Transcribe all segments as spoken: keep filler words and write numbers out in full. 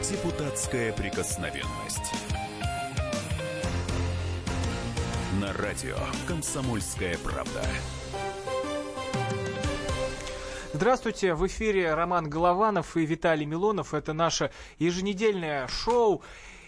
Депутатская прикосновенность. На радио «Комсомольская правда». Здравствуйте, в эфире Роман Голованов и Виталий Милонов. Это наше еженедельное шоу.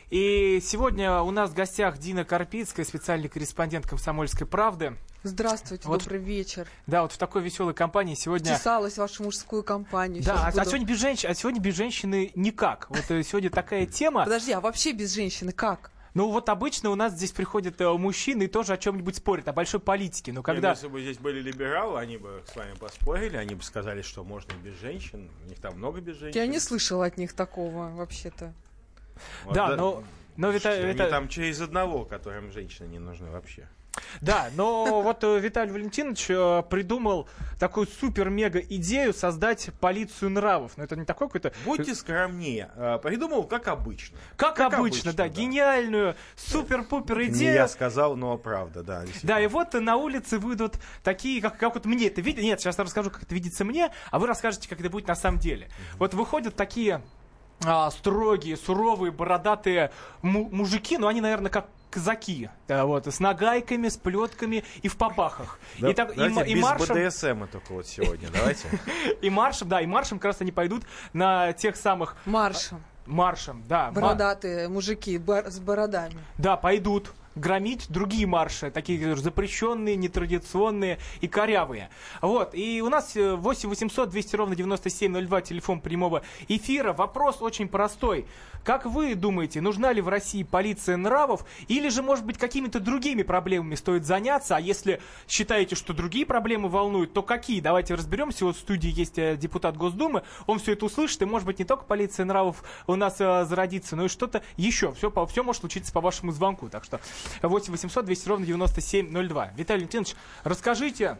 И сегодня у нас в гостях Дина Карпицкая, специальный корреспондент «Комсомольской правды». Здравствуйте, вот, добрый вечер. Да, вот в такой веселой компании сегодня... Втесалась в вашу мужскую компанию. Да, а, буду... а, сегодня без женщин, а сегодня без женщины никак. Вот сегодня такая тема... Подожди, а вообще без женщины как? Ну вот обычно у нас здесь приходят э, мужчины и тоже о чем-нибудь спорят, о большой политике. Но когда... Нет, если бы здесь были либералы, они бы с вами поспорили, они бы сказали, что можно и без женщин. У них там много без женщин. Я не слышала от них такого вообще-то. Вот да, да, но... но это, это... Они там через одного, которым женщины не нужны вообще. Да, но вот Виталий Валентинович придумал такую супер-мега-идею создать полицию нравов. Но это не такой какой-то... Будьте скромнее. Придумал, как обычно. Как, как обычно, обычно, да. да. Гениальную, супер-пупер идею. Не я сказал, но правда, да. Да, и вот на улице выйдут такие, как, как вот мне это видится. Нет, сейчас я расскажу, как это видится мне, а вы расскажете, как это будет на самом деле. Mm-hmm. Вот выходят такие а, строгие, суровые, бородатые му- мужики, ну они, наверное, как казаки, да, вот, с нагайками, с плетками и в попахах. Да, и, так, давайте, и, и без маршем, бэ дэ эс эма только вот сегодня, давайте. И маршем, да, и маршем как раз они пойдут на тех самых... Маршем. Маршем, да. Бородатые мужики с бородами. Да, пойдут громить другие марши, такие запрещенные, нетрадиционные и корявые. Вот, и у нас восемь восемьсот двести ровно девяносто семь ноль два, телефон прямого эфира. Вопрос очень простой. Как вы думаете, нужна ли в России полиция нравов, или же, может быть, какими-то другими проблемами стоит заняться? А если считаете, что другие проблемы волнуют, то какие? Давайте разберемся. Вот в студии есть депутат Госдумы, он все это услышит, и, может быть, не только полиция нравов у нас а, зародится, но и что-то еще. Все, по, все может случиться по вашему звонку. Так что восемь восемьсот двести ровно девяносто семь ноль два. Виталий Валентинович, расскажите,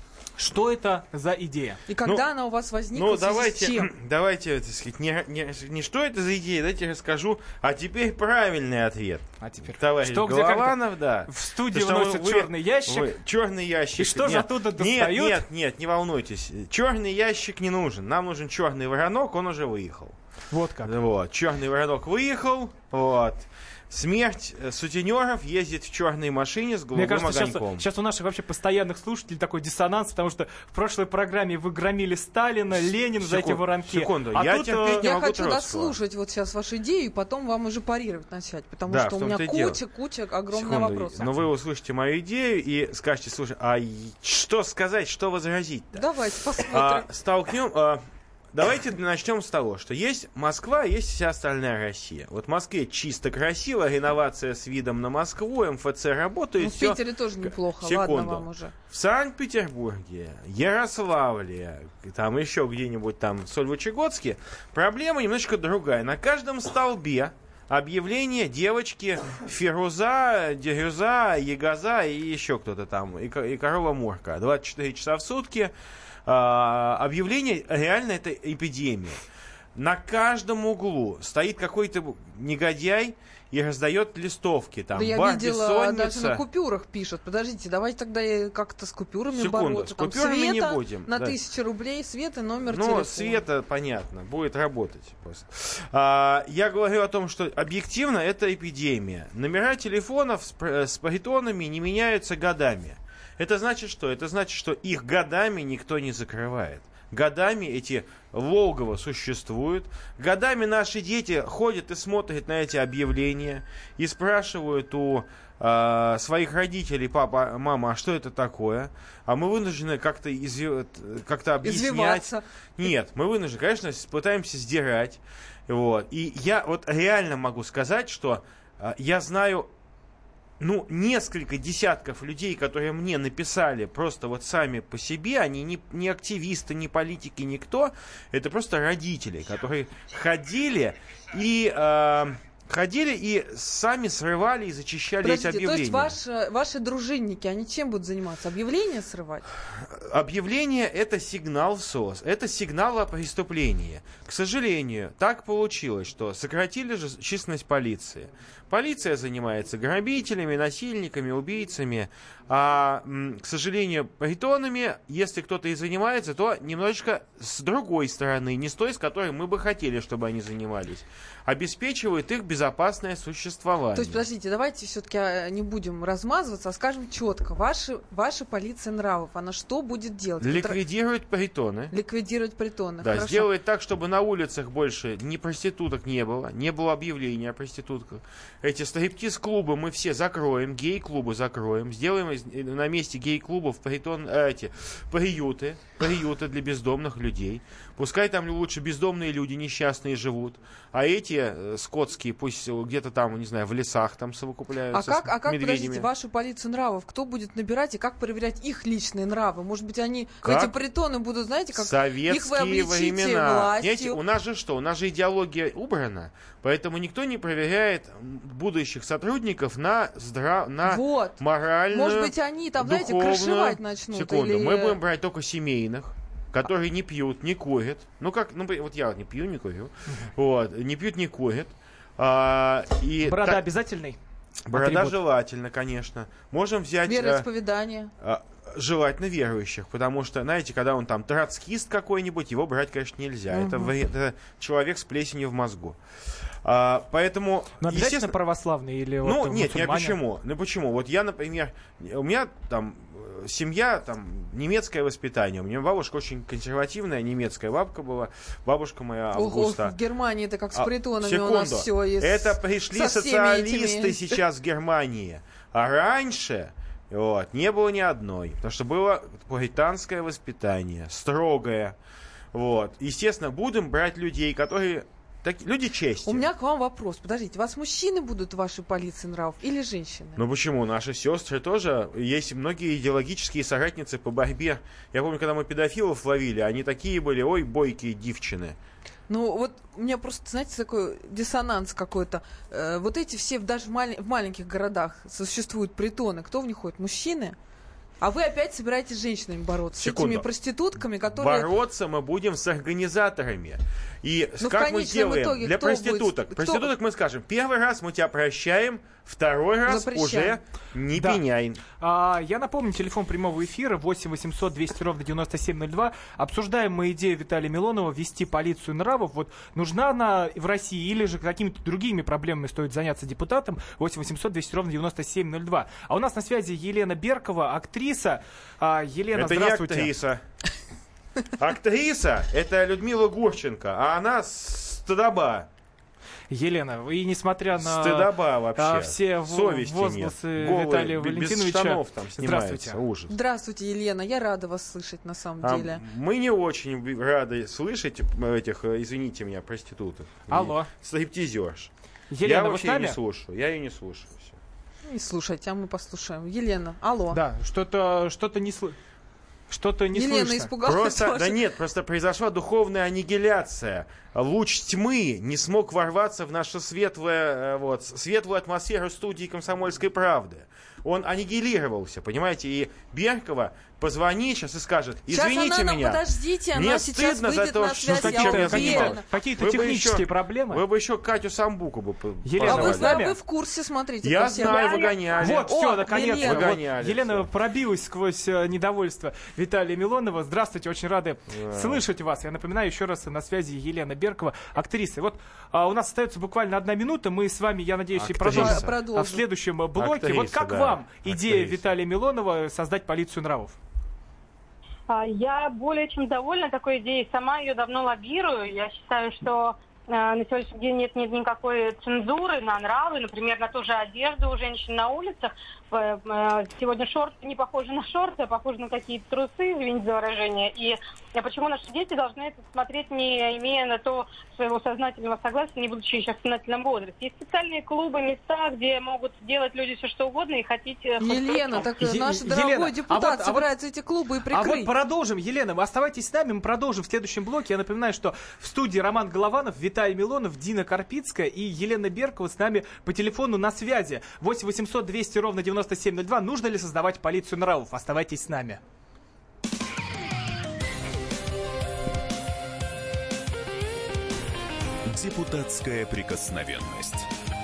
что это за идея? И когда ну, она у вас возникла? Ну, давайте, с чем? давайте, так сказать, не, не, не что это за идея, давайте расскажу, а теперь правильный ответ. А теперь товарищ что, Голованов, да. В студии То, выносят вы, черный ящик. Вы, черный ящик. И что нет, же оттуда достают? Нет, нет, нет, не волнуйтесь. Черный ящик не нужен. Нам нужен черный воронок, он уже выехал. Вот как. Вот, черный воронок выехал, вот. Смерть сутенеров ездит в черной машине с голубым Мне кажется, огоньком. Сейчас, сейчас у наших вообще постоянных слушателей такой диссонанс, потому что в прошлой программе вы громили Сталина, Ленин за эти воронки. Секунду, а я тут, терпеть не Я могу хочу Троцкого. дослушать вот сейчас вашу идею, и потом вам уже парировать начать, потому Да, что в у меня том-то и куча, куча, огромных Секунду, вопросов. Но вы услышите мою идею и скажете, слушай, а что сказать, что возразить-то? Давайте посмотрим. А, столкнем... А, давайте начнем с того, что есть Москва, есть вся остальная Россия. Вот в Москве чисто красиво, реновация с видом на Москву, эм эф цэ работает. Ну, в все. Питере тоже неплохо, Секунду. ладно вам уже. В Санкт-Петербурге, Ярославле, там еще где-нибудь там, Сольвычегодске, проблема немножечко другая. На каждом столбе объявление девочки Фируза, Дерюза, Егоза и еще кто-то там, и, и корова Мурка. двадцать четыре часа в сутки. А, объявление, реально это эпидемия. На каждом углу стоит какой-то негодяй и раздает листовки. Там, да я бар, видела, бессонница. даже на купюрах пишут. Подождите, давайте тогда как-то с купюрами Секунду, бороться. с купюрами Света не будем. На да. тысячу рублей, Света, номер ну, телефона. Света, понятно, будет работать просто. А, я говорю о том, что объективно это эпидемия. Номера телефонов с, с паритонами не меняются годами. Это значит что? Это значит, что их годами никто не закрывает. Годами эти логово существуют. Годами наши дети ходят и смотрят на эти объявления и спрашивают у э, своих родителей: папа, мама, а что это такое? А мы вынуждены как-то, изв... как-то объяснять. Извиваться. Нет, мы вынуждены, конечно, пытаемся сдирать. Вот. И я вот реально могу сказать, что э, я знаю... Ну, несколько десятков людей, которые мне написали просто вот сами по себе, они не, не активисты, не политики, никто, это просто родители, которые ходили и, э, ходили и сами срывали и зачищали Подождите, эти объявления. то есть ваши, ваши дружинники, они чем будут заниматься? Объявления срывать? Объявление — это сигнал в СОС, это сигнал о преступлении. К сожалению, так получилось, что сократили же численность полиции. Полиция занимается грабителями, насильниками, убийцами, а, к сожалению, притонами, если кто-то и занимается, то немножечко с другой стороны, не с той, с которой мы бы хотели, чтобы они занимались, обеспечивают их безопасное существование. То есть, подождите, давайте все-таки не будем размазываться, а скажем четко. Ваши, ваша полиция нравов, она что будет делать? Ликвидирует притоны. Ликвидировать притоны. Да, Хорошо. сделает так, чтобы на улицах больше ни проституток не было, не было объявлений о проститутках. Эти стриптиз-клубы мы все закроем, гей-клубы закроем, сделаем из, на месте гей-клубов притон, э, эти, приюты, приюты для бездомных людей. Пускай там лучше бездомные люди несчастные живут, а эти э, скотские пусть где-то там, не знаю, в лесах там совокупляются А как, с а как медведями. подождите, вашу полицию нравов, кто будет набирать и как проверять их личные нравы? Может быть, они Как? в эти притоны будут, знаете, как Советские их вы обличите времена. властью. Знаете, у нас же что? У нас же идеология убрана, поэтому никто не проверяет будущих сотрудников на, здра... на Вот. моральную, Может быть, они там, знаете, духовную... крышевать начнут. Секунду, или... мы будем брать только семейных, которые не пьют, не курят. Ну, как, ну, вот я не пью, не курю. Вот, не пьют, не курят. А, и Борода та- обязательный? Борода Атрибут. желательно, конечно. Можем взять... э, Вероисповедание. а, желательно верующих, потому что, знаете, когда он там троцкист какой-нибудь, его брать, конечно, нельзя. Мгм. Это, вре- это человек с плесенью в мозгу. А, поэтому, Но обязательно естественно... православный или Ну, вот нет, нет, мусульмане? почему? Ну, почему? Вот я, например, у меня там э, семья, там, немецкое воспитание. У меня бабушка очень консервативная, немецкая бабка была. Бабушка моя Ох, ох, Августа. в Германии это как с А, притонами секунду. у нас все есть. Это пришли со всеми социалисты этими. сейчас в Германии. А раньше вот, не было ни одной. Потому что было пуританское воспитание, строгое. Вот. Естественно, будем брать людей, которые... Так, люди чести. У меня к вам вопрос. Подождите, вас мужчины будут в вашей полиции нравов или женщины? Ну почему? Наши сестры тоже. Есть многие идеологические соратницы по борьбе. Я помню, когда мы педофилов ловили, они такие были, ой, бойкие девчины. Ну, вот у меня просто, знаете, такой диссонанс какой-то. Э, вот эти все, даже в, мал- в маленьких городах существуют притоны. Кто в них ходит? Мужчины? А вы опять собираетесь с женщинами бороться? Секунду. С этими проститутками, которые... Бороться мы будем с организаторами. И Ну, в как мы конечном сделаем? итоге Для кто проституток. будет- Проституток мы скажем, первый раз мы тебя прощаем, второй раз Запрещаем. уже не Да. пеняй. А, я напомню, телефон прямого эфира восемь восемьсот двести ровно девяносто семь ноль два. Обсуждаем мы идею Виталия Милонова ввести полицию нравов. Вот нужна она в России или же какими-то другими проблемами стоит заняться депутатам? восемь восемьсот двести ровно девяносто семь ноль два. А у нас на связи Елена Беркова, актриса. А, Елена, Это не здравствуйте. актриса. Актриса — это Людмила Гурченко, а она стыдоба. Елена, и несмотря на Стыдоба вообще. а, все в- Совести возгласы нет. Голые, Виталия б- без Валентиновича. штанов там снимается. Здравствуйте. Ужас. Здравствуйте, Елена. Я рада вас слышать на самом А деле. мы не очень рады слышать этих, э, извините меня, проституток. Алло. И стриптизерш. Елена, я вы вообще с нами? не слушаю. Я ее не слушаю. Всё. Не слушайте, а мы послушаем. Елена, алло. Да, что-то что-то не слышно. Что-то не Елена слышно. испугалась Просто, тоже. да нет, просто произошла духовная аннигиляция. Луч тьмы не смог ворваться в нашу светлое, э, вот, светлую атмосферу студии «Комсомольской правды». Он аннигилировался, понимаете? И Беркова позвонит сейчас и скажет: извините сейчас она, меня, подождите, мне она сейчас стыдно за выйдет то, на что- связь, что я чем я уверена. занималась. Какие-то Вы бы технические еще- проблемы? вы бы еще Катю Самбуку бы по- Елена, А вы, вы позвали. с нами? а вы в курсе, смотрите. Я по всем- знаю, выгоняли. Вот, О, все, наконец-то. Елена. Вот Выгоняли, Елена всё. пробилась сквозь э, недовольство Виталия Милонова. Здравствуйте, очень рады Да. слышать вас. Я напоминаю еще раз, на связи Елена Беркова, актриса. Вот а, у нас остается буквально одна минута. Мы с вами, я надеюсь, и Актриса. продолжим Продолжим. а, в следующем э, блоке. Актриса, вот как да. вам идея Актриса. Виталия Милонова создать полицию нравов? А, Я более чем довольна такой идеей. Сама ее давно лоббирую. Я считаю, что э, на сегодняшний день нет, нет никакой цензуры на нравы, например, на ту же одежду у женщин на улицах. Э, э, Сегодня шорты не похожи на шорты, а похожи на какие-то трусы, извините за выражение. И А почему наши дети должны это смотреть, не имея на то своего сознательного согласия, не будучи еще в сознательном возрасте? Есть специальные клубы, места, где могут делать люди все что угодно и хотеть... Елена, так Е- наш Елена, дорогой депутат а вот- а вот- собирается эти клубы и А прикрыть. вот продолжим, Елена, вы оставайтесь с нами, мы продолжим в следующем блоке. Я напоминаю, что в студии Роман Голованов, Виталий Милонов, Дина Карпицкая и Елена Беркова с нами по телефону на связи. восемь восемьсот двести ровно девяносто семь ноль два. Нужно ли создавать полицию нравов? Оставайтесь с нами. Депутатская прикосновенность.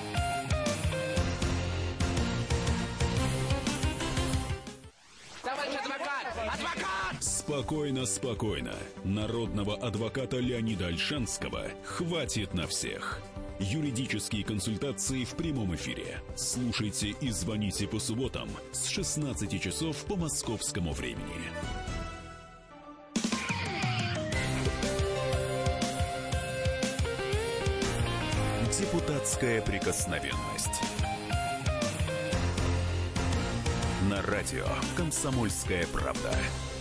Спокойно, спокойно. Народного адвоката Леонида Ольшанского хватит на всех. Юридические консультации в прямом эфире. Слушайте и звоните по субботам с шестнадцати часов по московскому времени. Депутатская прикосновенность. На радио «Комсомольская правда».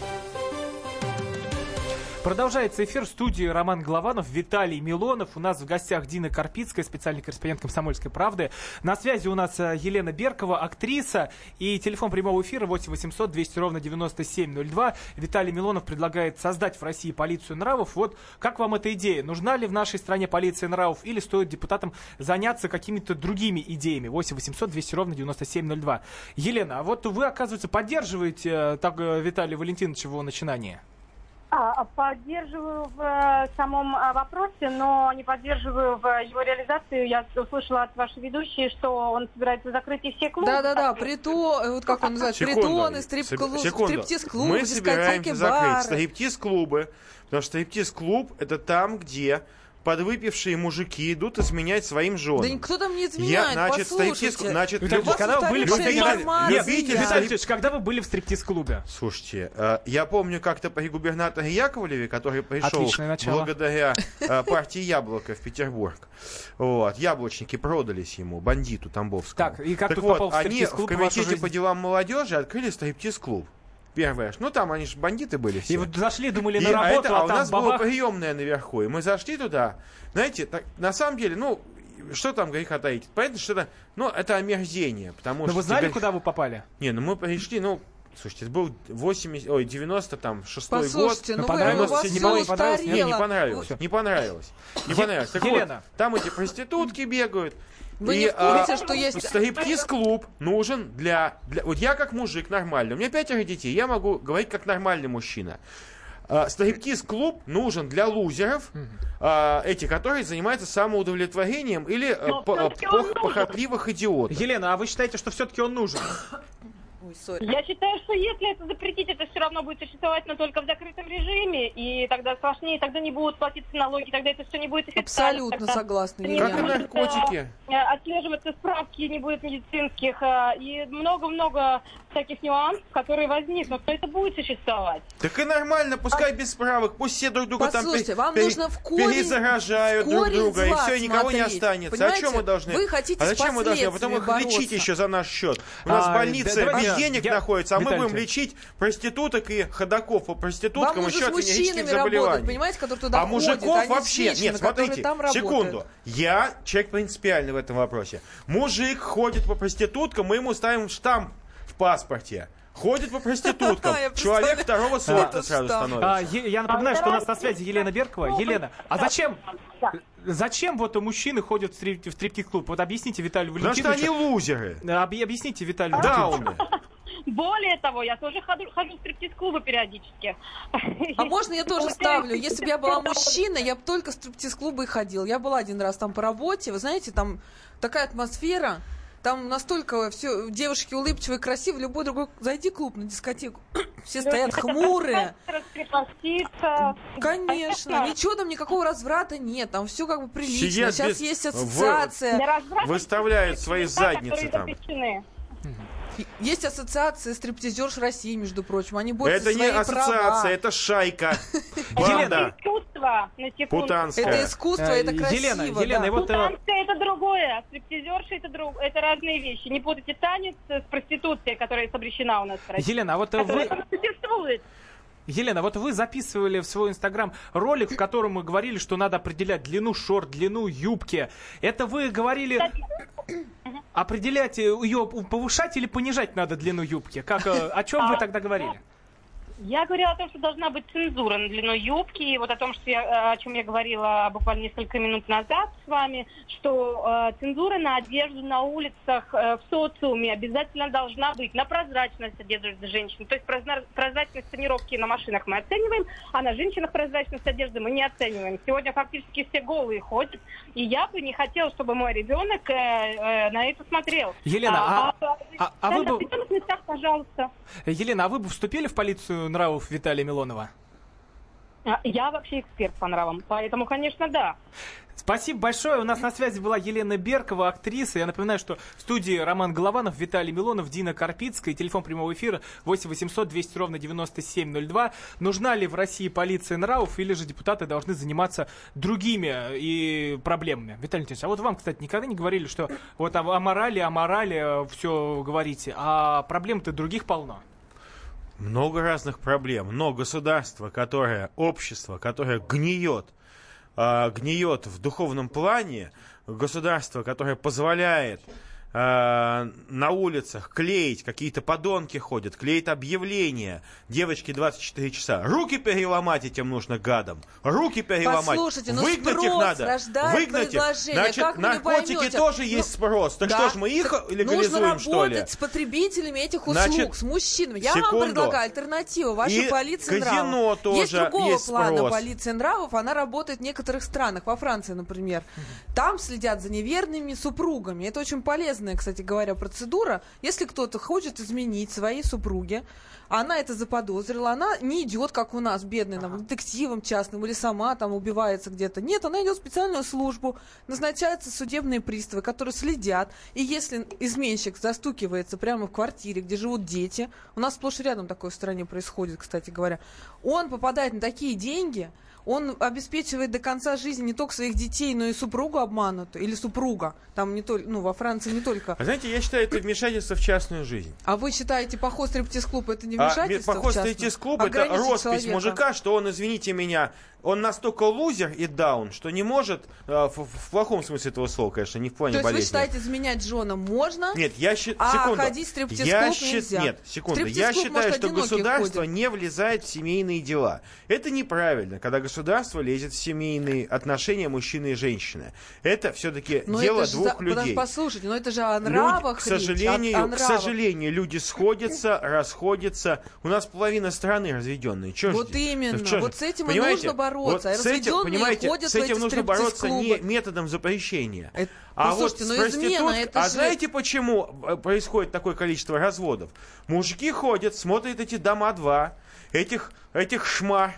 Продолжается эфир в студии Роман Голованов, Виталий Милонов. У нас в гостях Дина Карпицкая, специальный корреспондент «Комсомольской правды». На связи у нас Елена Беркова, актриса. И телефон прямого эфира восемь восемьсот двести ровно девяносто семь ноль два. Виталий Милонов предлагает создать в России полицию нравов. Вот как вам эта идея? Нужна ли в нашей стране полиция нравов или стоит депутатам заняться какими-то другими идеями? восемь восемьсот двести ровно девяносто семь ноль два. Елена, а вот вы, оказывается, поддерживаете так, Виталия Валентиновича в его начинании? А, поддерживаю в э, самом э, вопросе, но не поддерживаю в его реализацию. Я услышала от вашей ведущей, что он собирается закрыть и все клубы. Да-да-да, прито, вот как он называется, Секунду. притоны, стрип-клубы, Секунду. стриптиз-клубы, Мы собираемся дискотеки, закрыть бары. стриптиз-клубы, потому что стриптиз-клуб — это там, где подвыпившие мужики идут изменять своим женам. Да никто там не Я, изменяет, значит, послушайте. стриптиз, значит, Виталий люб- Ильич, когда вы были в последний раз? Информация. Нет, Любите Виталий стрип- Ильич, когда вы были в стриптиз-клубе? Слушайте, э, я помню как-то при губернаторе Яковлеве, который пришел Отличное начало. благодаря э, партии «Яблоко» в Петербург. Вот, яблочники продались ему, бандиту Тамбовскому. Так, и как тут вот, попал в они стриптиз-клуб в в вашу комитете жизнь? по делам молодежи открыли стриптиз-клуб. Первое. Ну, там они же бандиты были все. И вот зашли, думали, И- на а, работу, это, а, а у там нас была бабах. приемная наверху, и мы зашли туда. Знаете, так, на самом деле, ну, что там греха таить? Понятно, что это, ну, это омерзение, потому Но что... вы знали, тебе- куда вы попали? Не, ну мы пришли, ну, слушайте, это был восемьдесят, ой, девяносто шестой год. Послушайте, ну Ну, вы, у понравилось, вас не все понравилось, понравилось? Не, не устарело. понравилось, не понравилось. Не Е- понравилось. Так Елена. вот, там эти проститутки бегают. Вы и, не в курсе, а, что есть... стриптиз-клуб нужен для, для... Вот я как мужик нормальный, у меня пятеро детей, я могу говорить как нормальный мужчина. А, стриптиз-клуб нужен для лузеров, а, эти, которые занимаются самоудовлетворением или а, Но по- всё-таки пох- он нужен. похотливых идиотов. Елена, а вы считаете, что все-таки он нужен? Ой, сори. Я считаю, что если это запретить, это все равно будет существовать, но только в закрытом режиме, и тогда сложнее, тогда не будут платиться налоги, тогда это все не будет официально. Абсолютно тогда согласна, не Как и Елена. будет, наркотики. э, отслеживаться справки, не будет медицинских, э, и много-много всяких нюансов, которые возникнут, но это будет существовать. Так и нормально, пускай без справок, пусть все друг друга Послушайте, там вам пере- нужно в корень- перезаражают в друг корень друга, и зла все, и никого не смотреть. останется. Понимаете? А чем мы должны? Вы хотите а с зачем мы должны? А потом их последствиями лечить бороться. еще за наш счет. У нас А, больницы да, давайте без денег я- находятся, а мы Виталий будем Ильич. лечить проституток и ходаков по Вам проституткам нужно еще с от венерических мужчинами работать, заболеваний. понимаете, которые туда А ходят. мужиков а не с вообще... женщинами, Нет, которые смотрите, там работают. секунду. Я человек принципиальный в этом вопросе. Мужик ходит по проституткам, мы ему ставим штамп в паспорте. Ходит по проституткам. Я Человек представляю. второго сорта Это сразу штамп. становится. А, е- я напоминаю, что у нас на связи Елена Беркова. Елена, а зачем, зачем вот мужчины ходят в стрип- в стриптиз-клуб? Вот объясните Виталию Потому что они Валентиновичу. лузеры. Объ- Объясните Виталию Валентиновичу. Дауны. Более того, я тоже хожу, хожу в стриптиз-клубы периодически. А можно я тоже Получается, ставлю? Если бы я была мужчина, я бы только в стриптиз-клубы и ходил. Я была один раз там по работе. Вы знаете, там такая атмосфера. Там настолько все девушки улыбчивые, красивые. Любой другой... Зайди в клуб, на дискотеку. Все стоят хмурые. Раскрепоститься. Конечно. Ничего там, никакого разврата нет. Там все как бы прилично. Сидят Сейчас без- есть в- ассоциация. Для разврата Выставляют свои места, задницы которые там. запрещены. Есть ассоциация стриптизерш России, между прочим. Они борются Это за не свои ассоциация, права. это шайка. Елена. Банда. Искусство, на секунду. Путанская. Это искусство, Э, это красиво. Елена, Елена, да. и вот э, Путанская это другое, а стриптизерша это, друг... это разные вещи. Не путайте танец с проституцией, которая запрещена у нас в России. Елена, а вот э, Которая вы, там существует. Елена, вот вы записывали в свой Инстаграм ролик, в котором мы говорили, что надо определять длину шорт, длину юбки. Это вы говорили... Определять ее, повышать или понижать надо длину юбки? Как, о чем вы тогда говорили? Я говорила о том, что должна быть цензура на длину юбки, и вот о том, что я, о чем я говорила буквально несколько минут назад с вами, что э, цензура на одежду на улицах, э, в социуме обязательно должна быть на прозрачность одежды женщин. То есть прозна- прозрачность тонировки на машинах мы оцениваем, а на женщинах прозрачность одежды мы не оцениваем. Сегодня фактически все голые ходят, и я бы не хотела, чтобы мой ребенок э, э, на это смотрел. Елена, а, а, а, а вы бы... местах, пожалуйста. Елена, а вы бы вступили в полицию нравов Виталия Милонова? Я вообще эксперт по нравам, поэтому, конечно, да. Спасибо большое. У нас на связи была Елена Беркова, актриса. Я напоминаю, что в студии Роман Голованов, Виталий Милонов, Дина Карпицкая. Телефон прямого эфира восемь восемьсот двести ровно девяносто семь ноль два. Нужна ли в России полиция нравов, или же депутаты должны заниматься другими и проблемами? Виталий Николаевич, а вот вам, кстати, никогда не говорили, что вот о, о морали, о морали все говорите, а проблем-то других полно? Много разных проблем, но государство, которое, общество, которое гниет, э, гниет в духовном плане, государство, которое позволяет э, на улицах клеить, какие-то подонки ходят, клеит объявления, девочки двадцать четыре часа, руки переломать этим нужно гадам, руки переломать, Послушайте, ну выгнать их надо, выгнать их, значит, как наркотики тоже ну, есть спрос, так да, что ж мы их легализуем, что ли? Нужно работать с потребителями этих услуг, Значит, с мужчинами. Я секунду. вам предлагаю альтернативу вашей И полиции казино нравов. тоже есть другого есть плана спрос. полиция нравов, она работает в некоторых странах, во Франции, например. Mm-hmm. Там следят за неверными супругами. Это очень полезная, кстати говоря, процедура. Если кто-то хочет изменить своей супруге, она это заподозрила, она не идет, как у нас, бедный, там, детективом частным, или сама там убивается где-то. Нет, она идет в специальную службу, назначаются судебные приставы, которые следят. И если изменщик застукивается прямо в квартире, где живут дети, у нас сплошь и рядом такое в стране происходит, кстати говоря, он попадает на такие деньги, он обеспечивает до конца жизни не только своих детей, но и супругу обманутую, или супруга. Там не только, ну, во Франции не только. А знаете, я считаю, это вмешательство в частную жизнь. А вы считаете, поход в стриптиз-клуб это не вмешательство а, поход в частную? в стриптиз-клуб это Ограничить роспись человека. мужика, что он, извините меня, он настолько лузер и даун, что не может, э, в, в плохом смысле этого слова, конечно, не в плане болезни. То есть болезни. вы считаете, изменять женам можно? Нет, я считаю... А секунду. ходить в стриптиз-клуб я нельзя? Нет, секунду. Я считаю, может, что государство ходят. не влезает в семейные дела. Это неправильно, когда государство лезет в семейные отношения мужчины и женщины. Это все-таки но дело это двух за... людей. Послушайте, но это же о нравах Люди, к сожалению, речь, о, о к сожалению, люди сходятся, расходятся. У нас половина страны разведенные. Чё вот ж, именно. чё вот ж, с этим и понимаете? нужно бороться. Вот а с этим, понимаете, ходят с этим в эти нужно бороться не стриптиз-клубы. методом запрещения. Это... А Послушайте, вот с но измена, проституткой... это А же... знаете, почему происходит такое количество разводов? Мужики ходят, смотрят эти дома-два, этих, этих шмар,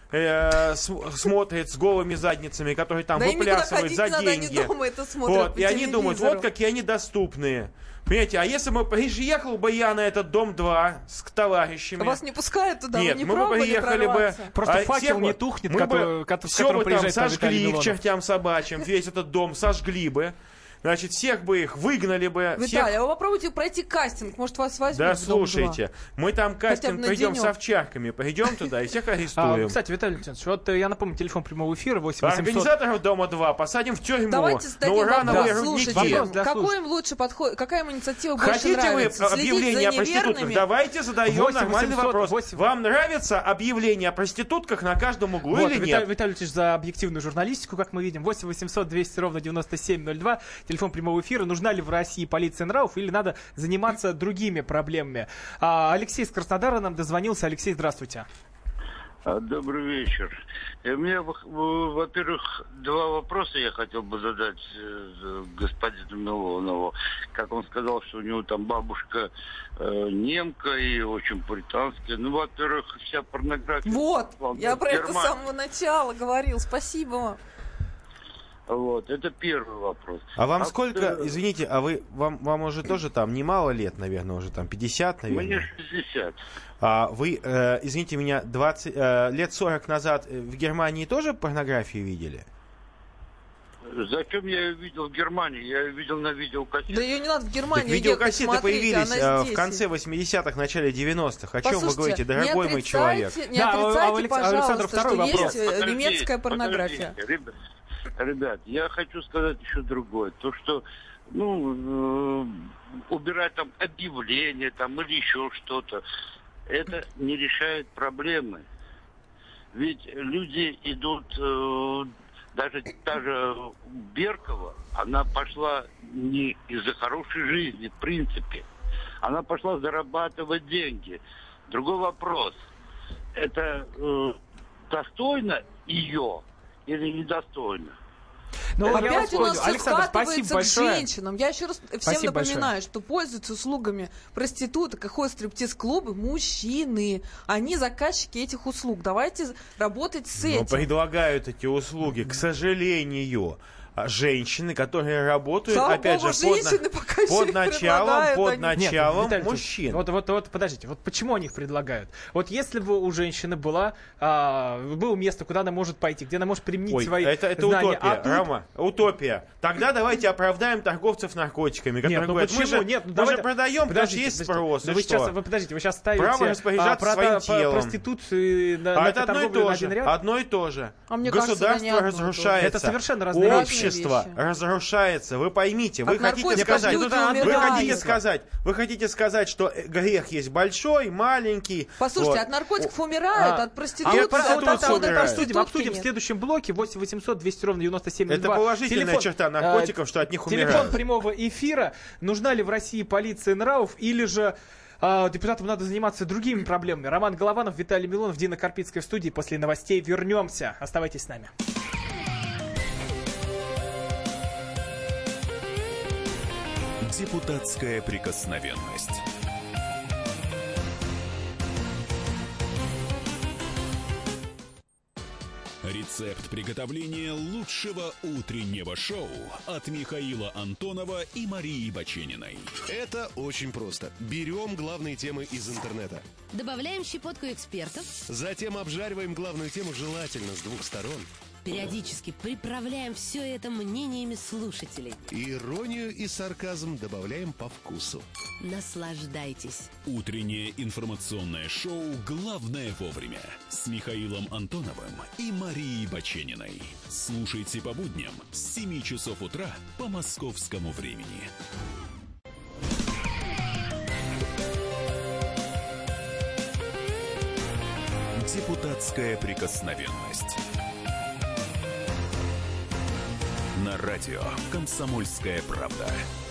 э, смотрят с голыми задницами, которые там да выплясывают за надо, деньги. Они дома это смотрят вот, по и они думают, телевизору. вот какие они доступные. Понимаете, а если бы приехал бы я на этот дом два с товарищами... Вас не пускают туда? Нет, вы не мы бы приехали бы... Просто а факел бы, не тухнет, мы который, бы который, все бы там сожгли к к чертям собачьим, весь этот дом сожгли бы. Значит, всех бы их выгнали бы. Виталий, всех... а вы попробуйте пройти кастинг, может, вас возьмут. Да, слушайте, мы там кастинг придем с овчарками, пойдем туда и всех арестуем. А, кстати, Виталий Александрович, вот я напомню, телефон прямого эфира восемь восемьсот... Организаторов дома два посадим в тюрьму. Давайте зададим на урановые вопрос. рудники. Слушайте, какой им лучше подходит, какая им инициатива больше Хотите нравится? вы объявление о проститутках? Давайте задаем нормальный вопрос. восемь... Вам нравится объявление о проститутках на каждом углу вот, или Виталий, нет? Виталий Ильич, за объективную журналистику, как мы видим. восемь восемьсот двести ровно девяносто семь ноль два. Телефон прямого эфира. Нужна ли в России полиция нравов или надо заниматься другими проблемами? А, Алексей из Краснодара нам дозвонился. Алексей, здравствуйте. Добрый вечер. И у меня, во-первых, два вопроса я хотел бы задать господину Милонову. Как он сказал, что у него там бабушка э, немка и очень британская. Ну, во-первых, вся порнография... Вот, я про это с Германия. самого начала говорил. Спасибо вам. Вот, это первый вопрос. А вам а сколько, э, извините, а вы, вам, вам уже тоже там немало лет, наверное, уже там пятьдесят, наверное? Мне шестьдесят. А вы, э, извините меня, двадцать, э, лет сорок назад в Германии тоже порнографию видели? Зачем я ее видел в Германии? Я ее видел на видеокассете. Да ее не надо в Германию Так видеокассеты ехать, появились смотрите, она э, здесь. в конце восьмидесятых, начале девяностых. О чем вы Послушайте, говорите, дорогой не мой человек? Не Да, а отрицайте, Алекс- а Александр, пожалуйста, второй что вопрос. есть э, Подождите, немецкая порнография. подождите, Ребят, ребят, я хочу сказать еще другое. То, что ну, э, убирать там объявления там, или еще что-то, это не решает проблемы. Ведь люди идут, э, даже та же Беркова, она пошла не из-за хорошей жизни, в принципе. Она пошла зарабатывать деньги. Другой вопрос. Это э, достойно ее или недостойно? Ну, я вас Опять у нас понял. все Александр, спасибо скатывается к большое. женщинам. Я еще раз всем Спасибо напоминаю, большое. что пользуются услугами проституток и ходят в стриптиз-клубы мужчины. Они заказчики этих услуг. Давайте работать с Но этим. предлагают эти услуги, к сожалению, женщины, которые работают, Слава опять богу, же, под, женщины на- пока еще под их началом, предлагают, под они- Нет, началом Виталий Ильич, мужчин. Вот, вот, вот, подождите, вот почему они их предлагают? Вот если бы у женщины была, а, было место, куда она может пойти, где она может применить Ой, свои это, это знания, утопия, а тут- Рома, утопия. Тогда давайте оправдаем торговцев наркотиками, которые Нет, ну говорят, мы почему? же, Нет, ну мы давайте- же продаем, потому что Подождите, есть подождите. спрос. Ну и вы что? сейчас, вы подождите, вы сейчас ставите Право распоряжаться а, про- своим про- телом. проституцию на, А на это одно и торговлю то на же. один ряд? Одно и то же. А мне кажется, это Государство не одно и то же. разрушается. Это совершенно разные Общество вещи. разрушается. Вы поймите, вы От хотите наркотиков сказать, люди вы умирают. хотите сказать, вы хотите сказать, что грех есть большой, маленький. Послушайте, вот. от наркотиков умирают, А, от проституции, а от вот от проституцию от убирают. обсудим, проститутки обсудим в нет. следующем блоке. восемь восемьсот двести ровно девяносто семь ноль Это два. положительная Телефон, черта наркотиков, что от них Телефон умирают. прямого эфира. Нужна ли в России полиция нравов или же а, депутатам надо заниматься другими проблемами? Роман Голованов, Виталий Милонов, Дина Карпицкая в студии. После новостей вернемся. Оставайтесь с нами. Депутатская прикосновенность. Рецепт приготовления лучшего утреннего шоу от Михаила Антонова и Марии Бачениной. Это очень просто. Берем главные темы из интернета. Добавляем щепотку экспертов. Затем обжариваем главную тему желательно с двух сторон. Периодически приправляем все это мнениями слушателей. Иронию и сарказм добавляем по вкусу. Наслаждайтесь. Утреннее информационное шоу «Главное вовремя» с Михаилом Антоновым и Марией Бачениной. Слушайте по будням с семи часов утра по московскому времени. Депутатская прикосновенность. На радио «Комсомольская правда».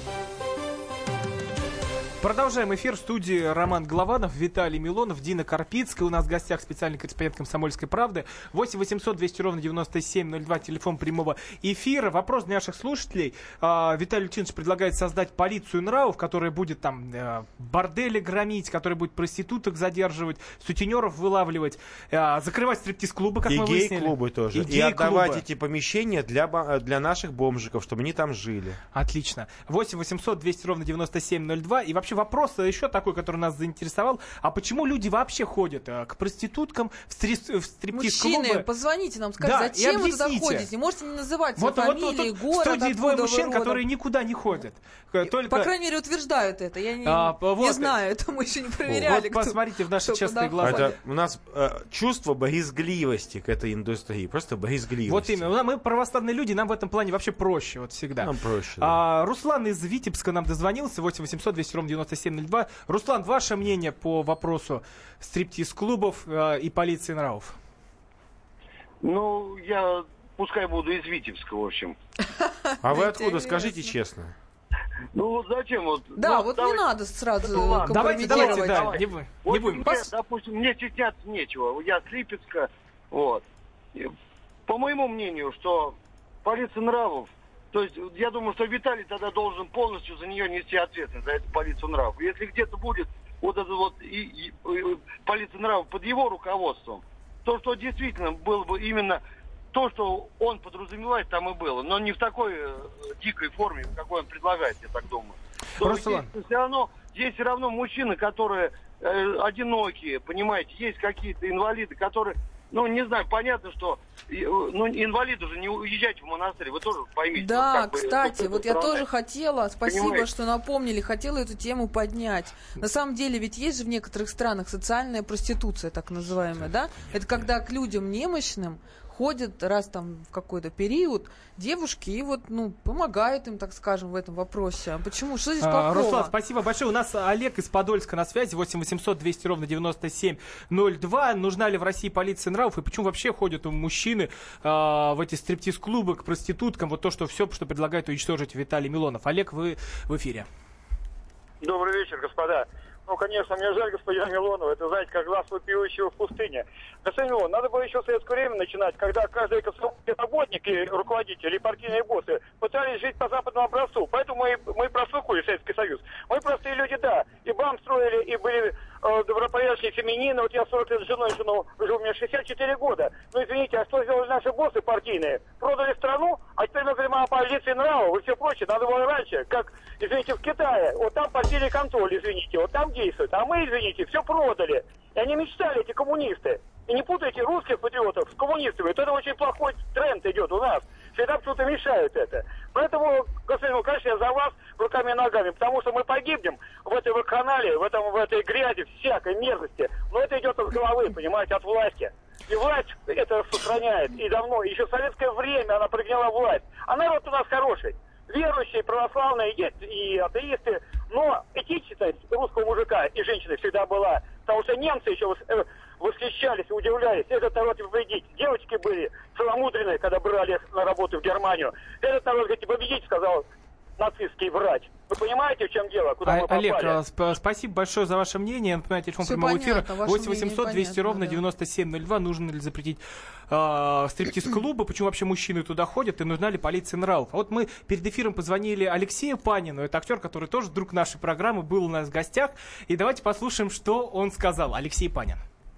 Продолжаем эфир. В студии Роман Голованов, Виталий Милонов, Дина Карпицкая. У нас в гостях специальный корреспондент «Комсомольской правды». восемь восемьсот двести ровно девяносто семь ноль два, телефон прямого эфира. Вопрос для наших слушателей. А, Виталий Лютинович предлагает создать полицию нравов, которая будет там э, бордели громить, которая будет проституток задерживать, сутенеров вылавливать, э, закрывать стриптиз-клубы, как И мы выяснили. гей-клубы тоже. И, И, отдавать гей-клубы. эти помещения для, бо- для наших бомжиков, чтобы они там жили. Отлично. восемь восемьсот двести ровно девяносто семь ноль два. И вообще вопрос еще такой, который нас заинтересовал. А почему люди вообще ходят э, к проституткам в, стри- в стриптиз-клубы? Мужчины, позвоните нам, скажите, Да, и зачем вы туда объясните. ходите? Можете не называть Вот, свои вот тут, фамилии, тут город, в студии двое откуда вы мужчин, родом. которые никуда не ходят. Э, Только... По крайней мере, утверждают это. Я не, А, вот. не знаю, это мы еще не проверяли. Вот посмотрите в наши кто честные куда глаза. Это у нас э, чувство брезгливости к этой индустрии. Просто брезгливости. Вот именно. Мы православные люди, нам в этом плане вообще проще, вот всегда. Нам проще. Да. А, Руслан из Витебска нам дозвонился. восемь восемьсот двести ровно девяносто семь ноль два. Руслан, ваше мнение по вопросу стриптиз-клубов э, и полиции нравов? Ну, я пускай буду из Витебска, в общем. А вы Интересно. откуда? Скажите честно. Ну вот зачем вот... Да, ну, вот давайте- не надо сразу Ну, ладно. Давайте, компрометировать. давайте, да, давай. не, вы- Вот не будем. мне, Пос- допустим, мне стесняться нечего. Я с Липецка, вот. И по моему мнению, что полиция нравов, то есть я думаю, что Виталий тогда должен полностью за нее нести ответственность, за эту полицию нравов. Если где-то будет вот эта вот и, и, и, полиция нравов под его руководством, то, что действительно было бы именно то, что он подразумевает, там и было. Но не в такой э, дикой форме, в какой он предлагает, я так думаю. То есть Руслан. есть все равно, есть все равно мужчины, которые э, одинокие, понимаете, есть какие-то инвалиды, которые ну, не знаю, понятно, что ну, инвалиды же не уезжайте в монастырь, вы тоже поймите. Да, вот как кстати, бы, вот я стороны. тоже хотела, спасибо, Понимаете? что напомнили, хотела эту тему поднять. На самом деле, ведь есть же в некоторых странах социальная проституция, так называемая, да? Это когда к людям немощным ходят раз там в какой-то период девушки и вот, ну, помогают им, так скажем, в этом вопросе. А почему? Что здесь плохого? А, Руслан, спасибо большое. У нас Олег из Подольска на связи. восемь восемьсот двести ровно девяносто семь ноль два. Нужна ли в России полиция нравов? И почему вообще ходят мужчины а, в эти стриптиз-клубы к проституткам? Вот то, что все, что предлагает уничтожить Виталий Милонов. Олег, вы в эфире. Добрый вечер, господа. Ну, конечно, мне жаль господина Милонова. Это, знаете, как глаз вопиющего в пустыне. Господин Милонов, надо было еще в советское время начинать, когда каждый работник и руководитель, и партийные боссы пытались жить по западному образцу. Поэтому мы, мы прослухали Советский Союз. Мы простые люди, да. И БАМ строили, и были э, добропорядочные феминины. Вот я сорок лет с женой жену, живу, у меня шестьдесят четыре года. Ну, извините, а что сделали наши боссы партийные? Продали страну, а теперь мы говорим о полиции нравов и все прочее. Надо было раньше, как, извините, в Китае. Вот там партийный контроль, извините, вот там действует. А мы, извините, все продали. И они мечтали, эти коммунисты. И не путайте русских патриотов с коммунистами. Вот это очень плохой тренд идет у нас. Всегда почему-то мешают это. Поэтому, господин, ну, конечно, я за вас руками и ногами, потому что мы погибнем в этой вакханалии, в, этом, в этой грязи, всякой мерзости. Но это идет от головы, понимаете, от власти. И власть это сохраняет. И давно, еще в советское время она прогнала власть. А народ у нас хороший. Верующие, православные, есть и атеисты. Но этичность русского мужика и женщины всегда была. Потому что немцы еще восхищались и удивлялись. Этот народ победить. Девочки были целомудренные, когда брали на работу в Германию. Этот народ, говорит, победить, сказал нацистский врач. Вы понимаете, в чем дело? Куда а, мы попали? Олег, сп- спасибо большое за ваше мнение. Напоминаю, телефон Всё прямого понятно, эфира ваше восемь восемьсот двести понятно, ровно да. девяносто семь ноль два. Нужно ли запретить э, стриптиз-клубы? Почему вообще мужчины туда ходят? И нужна ли полиция нравов? А вот мы перед эфиром позвонили Алексею Панину. Это актер, который тоже друг нашей программы, был у нас в гостях. И давайте послушаем, что он сказал. Алексей Панин.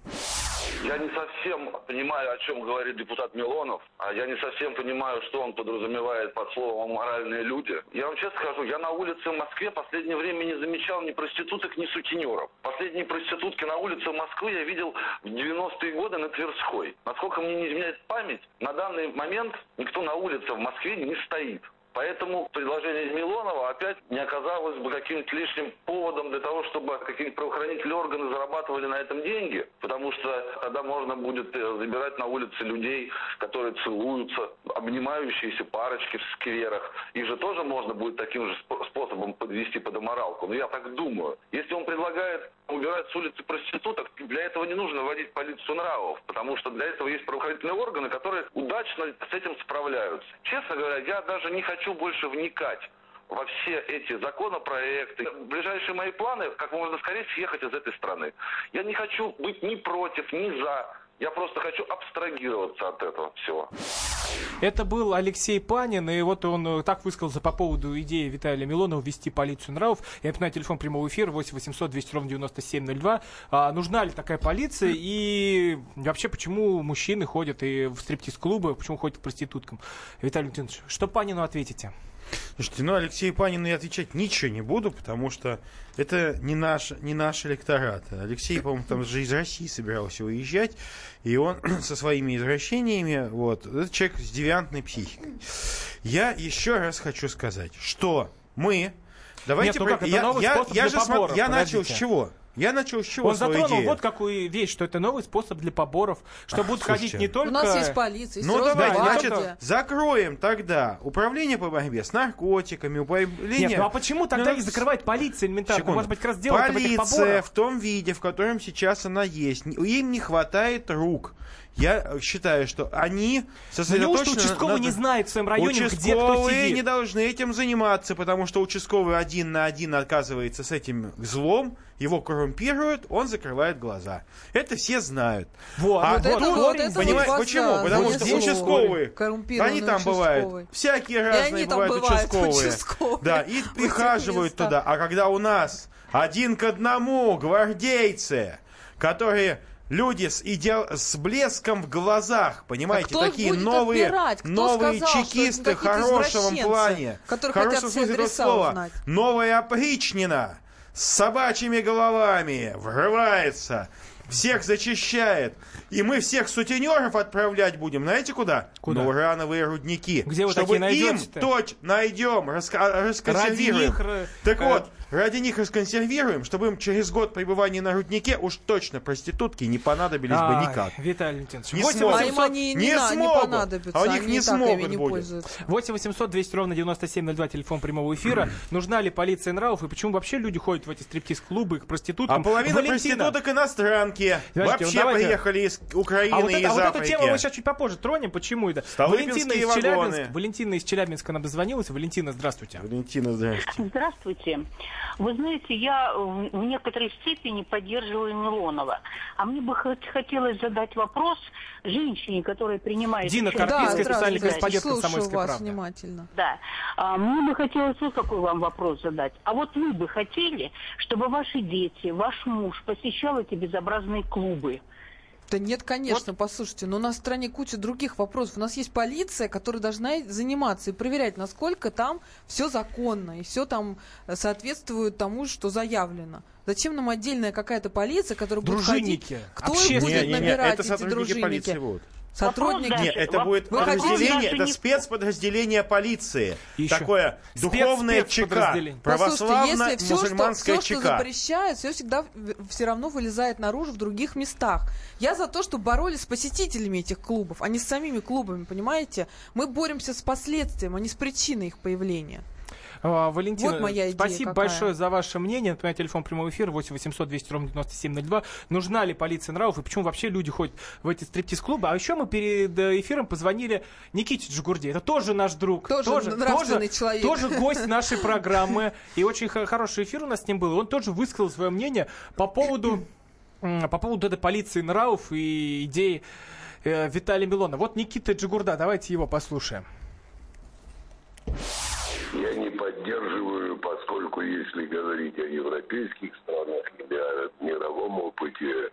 Я не совсем понимаю, о чем говорит депутат Милонов, а я не совсем понимаю, что он подразумевает под словом «моральные люди». Я вам честно скажу, я на улице в Москве в последнее время не замечал ни проституток, ни сутенеров. Последние проститутки на улице Москвы я видел в девяностые годы на Тверской. Насколько мне не изменяет память, на данный момент никто на улице в Москве не стоит. Поэтому предложение Милонова опять не оказалось бы каким-то лишним поводом для того, чтобы какие-то правоохранительные органы зарабатывали на этом деньги, потому что тогда можно будет забирать на улице людей, которые целуются, обнимающиеся парочки в скверах. Их же тоже можно будет таким же способом подвести под аморалку. Но я так думаю. Если он предлагает убирать с улицы проституток, для этого не нужно вводить полицию нравов, потому что для этого есть правоохранительные органы, которые удачно с этим справляются. Честно говоря, я даже не хочу больше вникать во все эти законопроекты. Ближайшие мои планы, как можно скорее съехать из этой страны. Я не хочу быть ни против, ни за. Я просто хочу абстрагироваться от этого всего. Это был Алексей Панин, и вот он так высказался по поводу идеи Виталия Милонова ввести полицию нравов. Я напоминаю, телефон прямого эфира восемь восемьсот двести ровно девяносто семь ноль два. А, нужна ли такая полиция и вообще почему мужчины ходят и в стриптиз-клубы, почему ходят к проституткам? Виталий Валентинович, что Панину ответите? Слушайте, ну, Алексею Панину я отвечать ничего не буду, потому что это не наш, не наш электорат. Алексей, по-моему, там же из России собирался уезжать, и он со своими извращениями, вот, это человек с девиантной психикой. Я еще раз хочу сказать, что мы... Давайте... Нет, ну как, это я, новый я, способ я для же поборов, см... Я подождите. начал с чего? Я начал с чего Он свою затронул идею? вот какую вещь, что это новый способ для поборов, что Ах, будут слушайте, ходить не только... У нас есть полиция, есть Ну давайте, Росгвардия. значит, закроем тогда управление по борьбе с наркотиками, управление... Нет, ну а почему тогда Ну, не закрывать полиция элементарно? секунду. Может быть, как раз дело в этих Полиция поборах? в том виде, в котором сейчас она есть, им не хватает рук. Я считаю, что они сосредоточены... Ну неужто участковый на... не знает в своем районе, где кто Участковые сидит? не должны этим заниматься, потому что участковый один на один оказывается с этим злом, его коррумпируют, он закрывает глаза. Это все знают. Вот, а вот это тут, вот, это понимаете, вот почему? вас, да, Потому за что зло. участковые, Коррумпированный они там участковый. бывают, всякие И разные они там бывают, бывают, участковые. участковые. Да, и В прихаживают этих местах. туда. А когда у нас один к одному гвардейцы, которые... Люди с, идеал, с блеском в глазах, понимаете, А кто такие будет новые, отбирать? Кто новые сказал, чекисты в что это какие-то хорошем извращенцы, плане, которые в хорошем хотят все смысле этого адреса слова, узнать? новая опричнина с собачьими головами врывается всех зачищает. И мы всех сутенеров отправлять будем, знаете куда? Куда? На урановые рудники. Где вы чтобы такие им найдете-то? точно найдем, раска- расконсервируем. Ради них, Так э, вот, ради них расконсервируем, чтобы им через год пребывания на руднике уж точно проститутки не понадобились Ай, бы никак. Виталий Валентинович, Не восемь смогут. А им восемьсот они Не не, на- не смогут. понадобятся, А у них они не и так ими смогут не будет. пользуются. восемь восемьсот двести ровно девяносто семь ноль два, телефон прямого эфира. Нужна ли полиция нравов и почему вообще люди ходят в эти стриптиз-клубы к проституткам? А половина Валентина. проституток иностранки. Давайте, Вообще вот давайте. приехали из Украины А вот, и это, из а вот эту Африки. тему мы сейчас чуть попозже тронем. Почему это? Столыпинские Валентина из, вагоны. Челябинска, Валентина из Челябинска нам дозвонилась. Валентина, здравствуйте. Валентина, здравствуйте. Здравствуйте. Вы знаете, я в в некоторой степени поддерживаю Милонова. А мне бы хот- хотелось задать вопрос женщине, которая принимает... Дина участие- Карпинская, Да, специальный здравствуйте, корреспондент слушаю «Комсомольской вас правды». внимательно. Да. А, мне бы хотелось вот какой вам вопрос задать. А вот вы бы хотели, чтобы ваши дети, ваш муж посещал эти безобразные клубы? Да нет, конечно, послушайте, но у нас в стране куча других вопросов. У нас есть полиция, которая должна заниматься и проверять, насколько там все законно и все там соответствует тому, что заявлено. Зачем нам отдельная какая-то полиция, которая будет ходить? Дружинники, Кто их общественники. будет Не, не, не, набирать, это эти сотрудники дружинники? полиции будут. Сотрудники? Вопрос, Нет, это Вы будет хотите подразделение, даже это не- спецподразделение полиции. Еще. Такое духовное ЧК, Спецподразделение. Послушайте, если все, что, православно-мусульманское все, что ЧК. запрещают, все всегда все равно вылезает наружу в других местах. Я за то, чтобы боролись с посетителями этих клубов, а не с самими клубами, понимаете? Мы боремся с последствием, а не с причиной их появления. А, Валентина, Вот моя идея спасибо какая. большое за ваше мнение. Напоминаю, телефон прямого эфира восемь восемьсот двести ровно девяносто семь ноль два. Нужна ли полиция нравов и почему вообще люди ходят в эти стриптиз-клубы? А еще мы перед э, эфиром позвонили Никите Джигурде. Это тоже наш друг. Тоже нравственный тоже, человек. Тоже гость нашей программы. И очень х- хороший эфир у нас с ним был. Он тоже высказал свое мнение по поводу, м, по поводу этой полиции нравов и идеи э, Виталия Милонова. Вот Никита Джигурда. Давайте его послушаем. Я не поддерживаю, поскольку если говорить о европейских странах или о мировом опыте,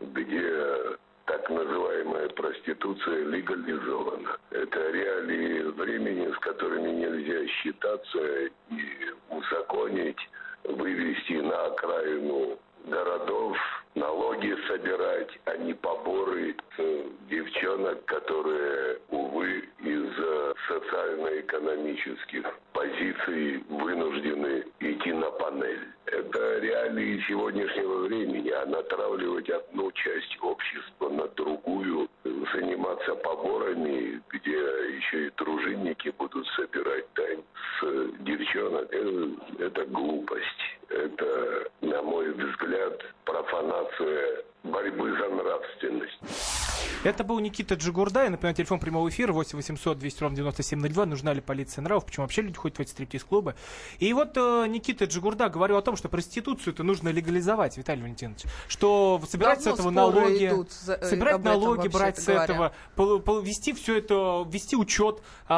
где так называемая проституция легализована. Это реалии времени, с которыми нельзя считаться и узаконить, вывести на окраину городов, налоги собирать, а не поборы с девчонок, которые, увы, из-за социально-экономических позиций вынуждены идти на панель. Это реалии сегодняшнего времени, а натравливать одну часть общества на другую, заниматься поборами, где еще и дружинники будут собирать дань с девчонок, это, это глупость. Это, на мой взгляд, профанация борьбы за нравственность. Это был Никита Джигурда. Я напоминаю, телефон прямого эфира восемь восемьсот двести ровно девяносто семь ноль два. Нужна ли полиция нравов? Почему вообще люди ходят в эти стриптиз-клубы? И вот э, Никита Джигурда говорил о том, что проституцию-то нужно легализовать, Виталий Валентинович. Что собирать Давно с этого споры налоги, идут за- э, собирать об этом налоги, брать с вообще-то этого, пол- пол- вести все это, вести учет,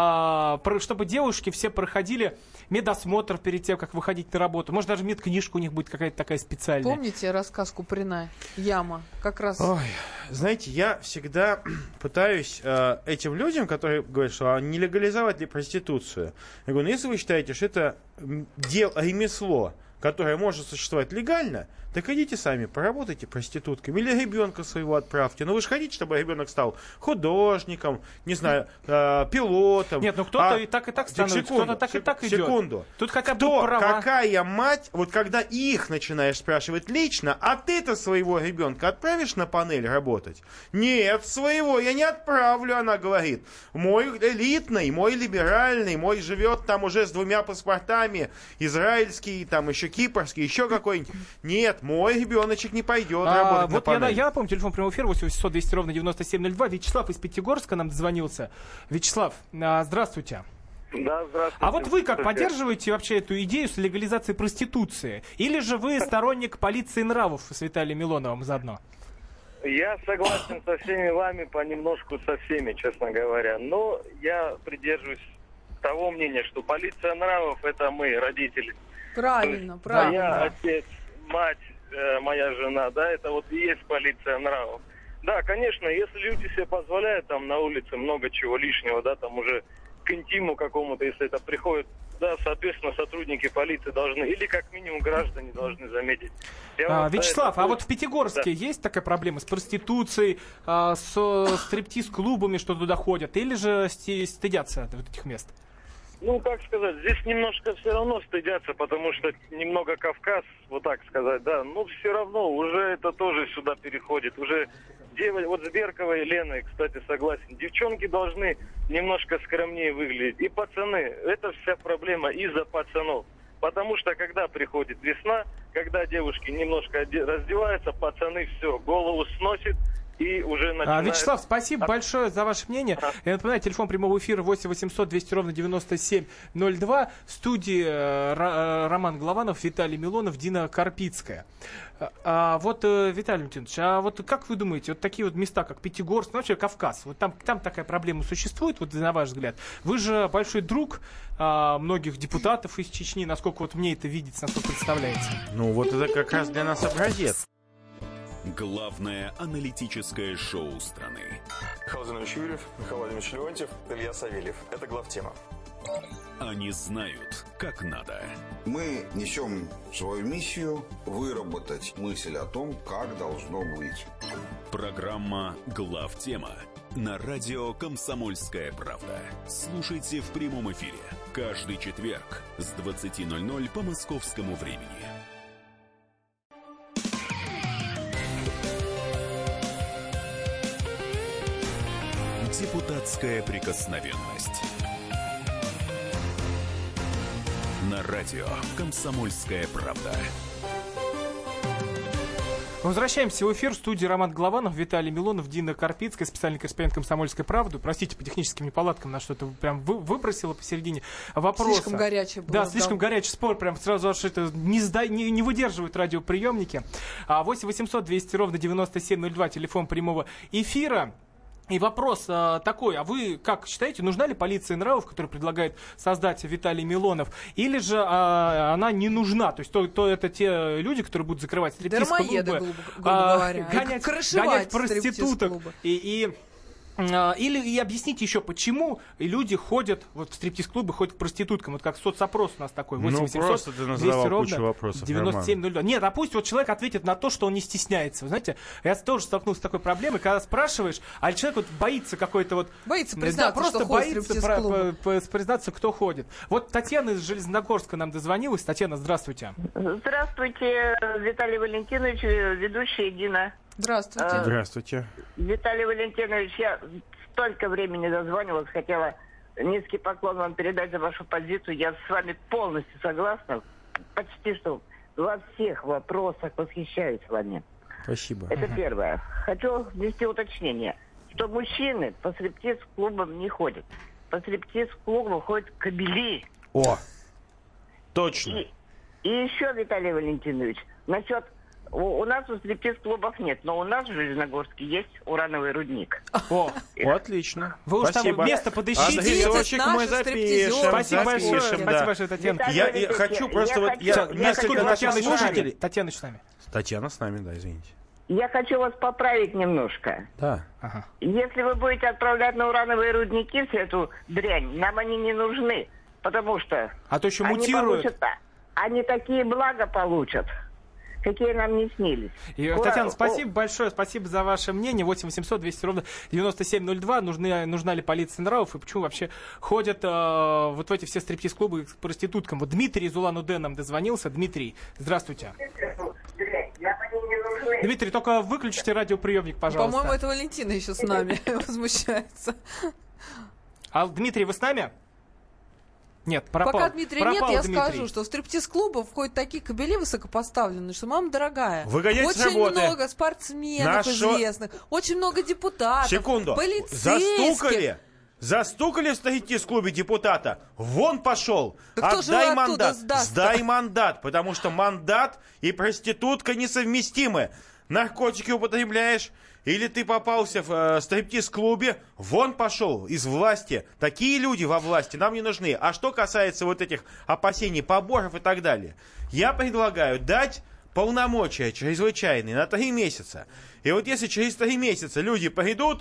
а, про- чтобы девушки все проходили медосмотр перед тем, как выходить на работу. Может, даже медкнижка у них будет какая-то такая специальная. Помните рассказ Куприна «Яма»? Как раз... Ой, знаете, я всегда пытаюсь э, этим людям, которые говорят, что а не легализовать ли проституцию, я говорю, ну если вы считаете, что это м, дел, ремесло, которое может существовать легально, так идите сами, поработайте проститутками. Или ребенка своего отправьте. Но вы же хотите, чтобы ребенок стал художником, не знаю, э, пилотом. Нет, ну кто-то а... и так, и так становится, секунду, кто-то так и сек- так идет. Секунду. Тут хотя бы Кто, права. какая мать, вот когда их начинаешь спрашивать лично, а ты-то своего ребенка отправишь на панель работать? Нет, своего я не отправлю, она говорит. Мой элитный, мой либеральный, мой живет там уже с двумя паспортами, израильский, там еще кипрский, еще какой-нибудь. Нет, мой ребеночек не пойдет А, работать на вот я, панель. я напомню, телефон прямого эфира восемь восемьсот двести ровно девяносто семь ноль два. Вячеслав из Пятигорска нам дозвонился. Вячеслав, а, здравствуйте. Да, здравствуйте. А вот вы как Слушайте. поддерживаете вообще эту идею с легализацией проституции? Или же вы сторонник полиции нравов с Виталием Милоновым заодно? Я согласен со всеми вами, понемножку со всеми, честно говоря. Но я придерживаюсь того мнения, что полиция нравов — это мы, родители. Правильно, То есть правильно. Моя отец, мать, э, моя жена, да, это вот и есть полиция нравов. Да, конечно, если люди себе позволяют там на улице много чего лишнего, да, там уже к интиму какому-то, если это приходит. Да, соответственно, сотрудники полиции должны, или как минимум граждане должны заметить. А, Вячеслав, а вот в Пятигорске да. есть такая проблема с проституцией, а, с стриптиз-клубами, что туда ходят, или же стыдятся вот этих мест? Ну, как сказать, здесь немножко все равно стыдятся, потому что немного Кавказ, вот так сказать, да, но все равно уже это тоже сюда переходит, уже девочки, вот с Берковой и Леной, кстати, согласен, девчонки должны немножко скромнее выглядеть, и пацаны, это вся проблема из-за пацанов, потому что когда приходит весна, когда девушки немножко раздеваются, пацаны все, голову сносит, и уже начинает... Вячеслав, спасибо большое за ваше мнение. А. Я напоминаю, телефон прямого эфира восемь восемьсот двести ровно девяносто семь ноль два. В студии э, Роман Голованов, Виталий Милонов, Дина Карпицкая. А вот, э, Виталий Валентинович, а вот как вы думаете, вот такие вот места, как Пятигорск, ну, вообще Кавказ, вот там, там такая проблема существует, вот на ваш взгляд? Вы же большой друг э, многих депутатов из Чечни, насколько вот мне это видится, насколько представляется. Ну, вот это как раз для нас образец. Главное аналитическое шоу страны. Михаил Владимирович Юрьев, Михаил Владимирович Леонтьев, Илья Савельев. Это главтема. Они знают, как надо. Мы несем свою миссию выработать мысль о том, как должно быть. Программа «Главтема» на радио «Комсомольская правда». Слушайте в прямом эфире каждый четверг с двадцати ноль-ноль по московскому времени. Депутатская прикосновенность. На радио «Комсомольская правда». Возвращаемся в эфир. В студии Роман Голованов, Виталий Милонов, Дина Карпицкая, специальный корреспондент «Комсомольской правды». Простите, по техническим неполадкам на что-то прям вы, выбросило посередине вопроса. Слишком горячий был. Да, слишком да. горячий спор. Прям сразу аж это не, сда... не, не выдерживают радиоприемники. восемь восемьсот двести ровно девяносто семь ноль два, телефон прямого эфира. И вопрос а, такой, а вы как считаете, нужна ли полиция нравов, которую предлагает создать Виталий Милонов, или же а, она не нужна? То есть то, то это те люди, которые будут закрывать стриптиз-клубы, грубо, грубо а, говоря, гонять, гонять проституток и... и Или и объясните еще, почему люди ходят вот в стриптиз-клубы, ходят к проституткам. Вот как соцопрос у нас такой. восемь восемьсот двести ровно девяносто семь ноль два. Нет, а пусть вот человек ответит на то, что он не стесняется. Вы знаете, я тоже столкнулся с такой проблемой, когда спрашиваешь, а человек вот боится какой-то вот... Боится признаться, да, просто что боится про- признаться, кто ходит. Вот Татьяна из Железногорска нам дозвонилась. Татьяна, здравствуйте. Здравствуйте, Виталий Валентинович, ведущая Дина. Здравствуйте. Здравствуйте. Виталий Валентинович, я столько времени дозванивалась, хотела низкий поклон вам передать за вашу позицию. Я с вами полностью согласна. Почти что во всех вопросах восхищаюсь вами. Спасибо. Это первое. Хочу внести уточнение, что мужчины по стриптиз-клубам не ходят. По стриптиз-клубам ходят кобели. О, точно. И, и еще, Виталий Валентинович, насчет... У, у нас у стриптиз-клубов нет, но у нас в Железногорске есть урановый рудник. О, О отлично. Вы уж там место подыщите. Адресочек мы запишем. Спасибо большое, запишем, спасибо да. большое, Татьяна. Я, я хочу просто я вот... хочу, Я, я несколько хочу наших Татьяна слушателей... Татьяна с нами. Татьяна с нами, да, извините. Я хочу вас поправить немножко. Да. Ага. Если вы будете отправлять на урановые рудники всю эту дрянь, нам они не нужны, потому что... А то еще они мутируют. Получат, они такие блага получат, какие нам не снились. И, Ура, Татьяна, о... спасибо большое, спасибо за ваше мнение. восемь восемьсот двести ровно девяносто семь ноль два. Нужны, нужна ли полиция нравов и почему вообще ходят э, вот в эти все стриптиз-клубы к проституткам? Вот Дмитрий из Улан-Удэ нам дозвонился. Дмитрий, здравствуйте. Дмитрий, только выключите радиоприемник, пожалуйста. По-моему, это Валентина еще с нами возмущается. А, Дмитрий, вы с нами? Нет, пропал. Пока Дмитрия пропал нет, я Дмитрий. скажу, что в стриптиз-клубах входят такие кобели высокопоставленные, что, мама дорогая, выгоняйте очень с работы. много спортсменов Нашу... известных, очень много депутатов, Секунду. полицейских. Застукали? Застукали в стриптиз-клубе депутата? Вон пошел. Да кто же Отдай его оттуда мандат. сдаст-то? Сдай мандат, потому что мандат и проститутка несовместимы. Наркотики употребляешь, или ты попался в э, стриптиз-клубе, вон пошел из власти. Такие люди во власти нам не нужны. А что касается вот этих опасений, поборов и так далее, я предлагаю дать полномочия чрезвычайные на три месяца. И вот если через три месяца люди придут,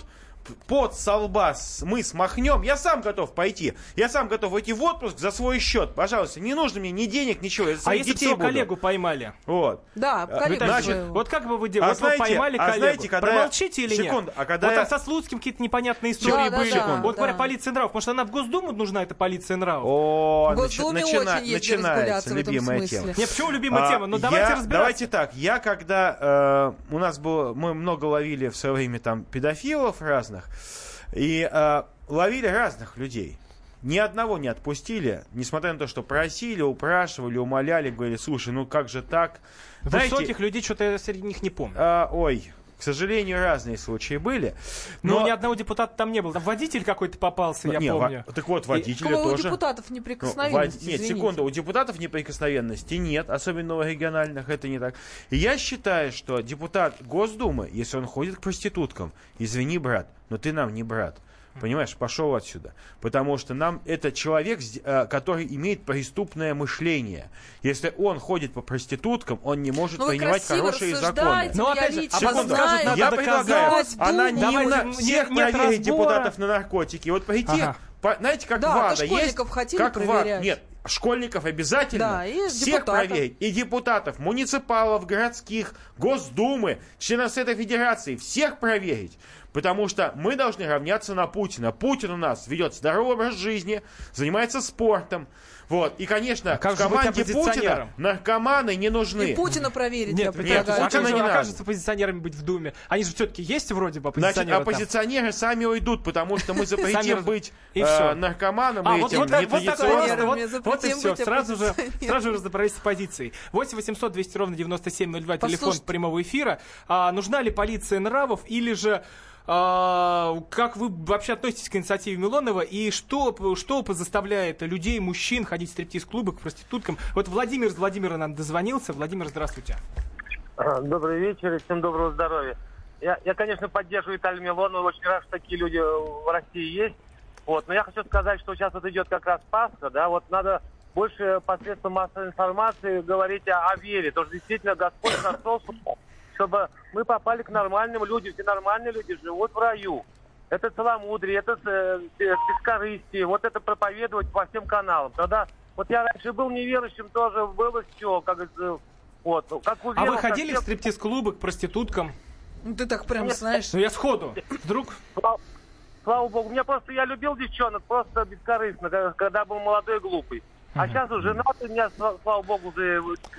пот со лба мы смахнем, я сам готов пойти. Я сам готов идти в отпуск за свой счет. Пожалуйста, не нужно мне ни денег, ничего. Я а если детей бы буду. коллегу поймали? Вот. Да, коллегу. Значит, вот как бы вы делали? А вот знаете, вы поймали а коллегу. знаете, когда Промолчите я... или Секунду, нет? а когда вот я... там со Слуцким какие-то непонятные истории да, были. да, да, вот да. говоря, полиция нравов. Может, она в Госдуму нужна, эта полиция нравов? О, в Госдуме начи- начина- очень ездили начинается разгуляться в этом любимая смысле. тема. Не, почему любимая А, тема? Ну, я- давайте разбираться. Давайте так. Я когда... Э, у нас было... Мы много ловили в свое время там педофилов разных. И э, ловили разных людей. Ни одного не отпустили, несмотря на то, что просили, упрашивали, умоляли, говорили, слушай, ну как же так? Высоких Знаете, людей что-то я среди них не помню. э, ой, к сожалению, разные случаи были. Но, Но ни одного депутата там не было. Там водитель какой-то попался, я не, помню. во- так вот, водители У тоже. депутатов Ну, неприкосновенность, вод- Нет, извините. секунду, у депутатов неприкосновенности нет, особенно у региональных, это не так. И я считаю, что депутат Госдумы, если он ходит к проституткам, извини, брат, но ты нам не брат. Понимаешь, пошел отсюда. Потому что нам это человек, с- э, который имеет преступное мышление. Если он ходит по проституткам, он не может Ну, вы принимать красиво хорошие законы. рассуждаете, Но я опять же, лично а потом знаю. скажут, надо Я доказать. предлагаю Думаю. анонимно Давайте, всех нет- нет проверить разбора. депутатов на наркотики. И вот прийти, Ага. по- знаете, как Да, ВАДА то есть. школьников хотели как ВАДА. проверять. Нет, школьников обязательно. Да, и всех депутатов. проверить. И депутатов, муниципалов, городских, Госдумы, членов Совета Федерации. Всех проверить. Потому что мы должны равняться на Путина. Путин у нас ведет здоровый образ жизни, занимается спортом. Вот. И, конечно, А как в же быть команде Путина оппозиционером? наркоманы не нужны. И Путина проверить, я Нет, нет, предлагаю. а как Путина же не надо. окажутся оппозиционерами быть в Думе? Они же все-таки есть вроде бы Значит, оппозиционеры там. оппозиционеры сами уйдут, потому что мы Сами запретим раз- быть и э, всё. наркоманом А, и вот, этим вот, так- вот так нетрадиционным. просто, вот, вот и Запретим все. быть Сразу же, оппозиционером. сразу же разобрались с позицией. восемь восемьсот двести ровно девяносто семь ноль два, телефон Послушайте. прямого эфира. А, нужна ли полиция нравов или же а, как вы вообще относитесь к инициативе Милонова и что, что заставляет людей, мужчин ходить в стриптиз-клубы к проституткам? Вот Владимир из Владимира нам дозвонился. Владимир, здравствуйте. Добрый вечер и всем доброго здоровья. Я, я, конечно, поддерживаю Виталия Милонова. Очень рад, что такие люди в России есть. Вот. Но я хочу сказать, что сейчас вот идет как раз Пасха, да, вот надо больше посредством массовой информации говорить о, о вере. Потому что действительно Господь нашел, чтобы мы попали к нормальным людям. Все нормальные люди живут в раю. Это целомудрие, это э, бескорыстие. Вот это проповедовать по всем каналам. Тогда, вот я раньше был неверующим, тоже было все, как говорится, вот. Как А уверовал, вы ходили как в стриптиз-клубы к проституткам? Ну ты так прям знаешь. Ну я сходу. Вдруг? Слава, слава богу. Меня просто, я любил девчонок просто бескорыстно, когда, когда был молодой и глупый. А сейчас уже женат, у меня, слава, слава богу, уже...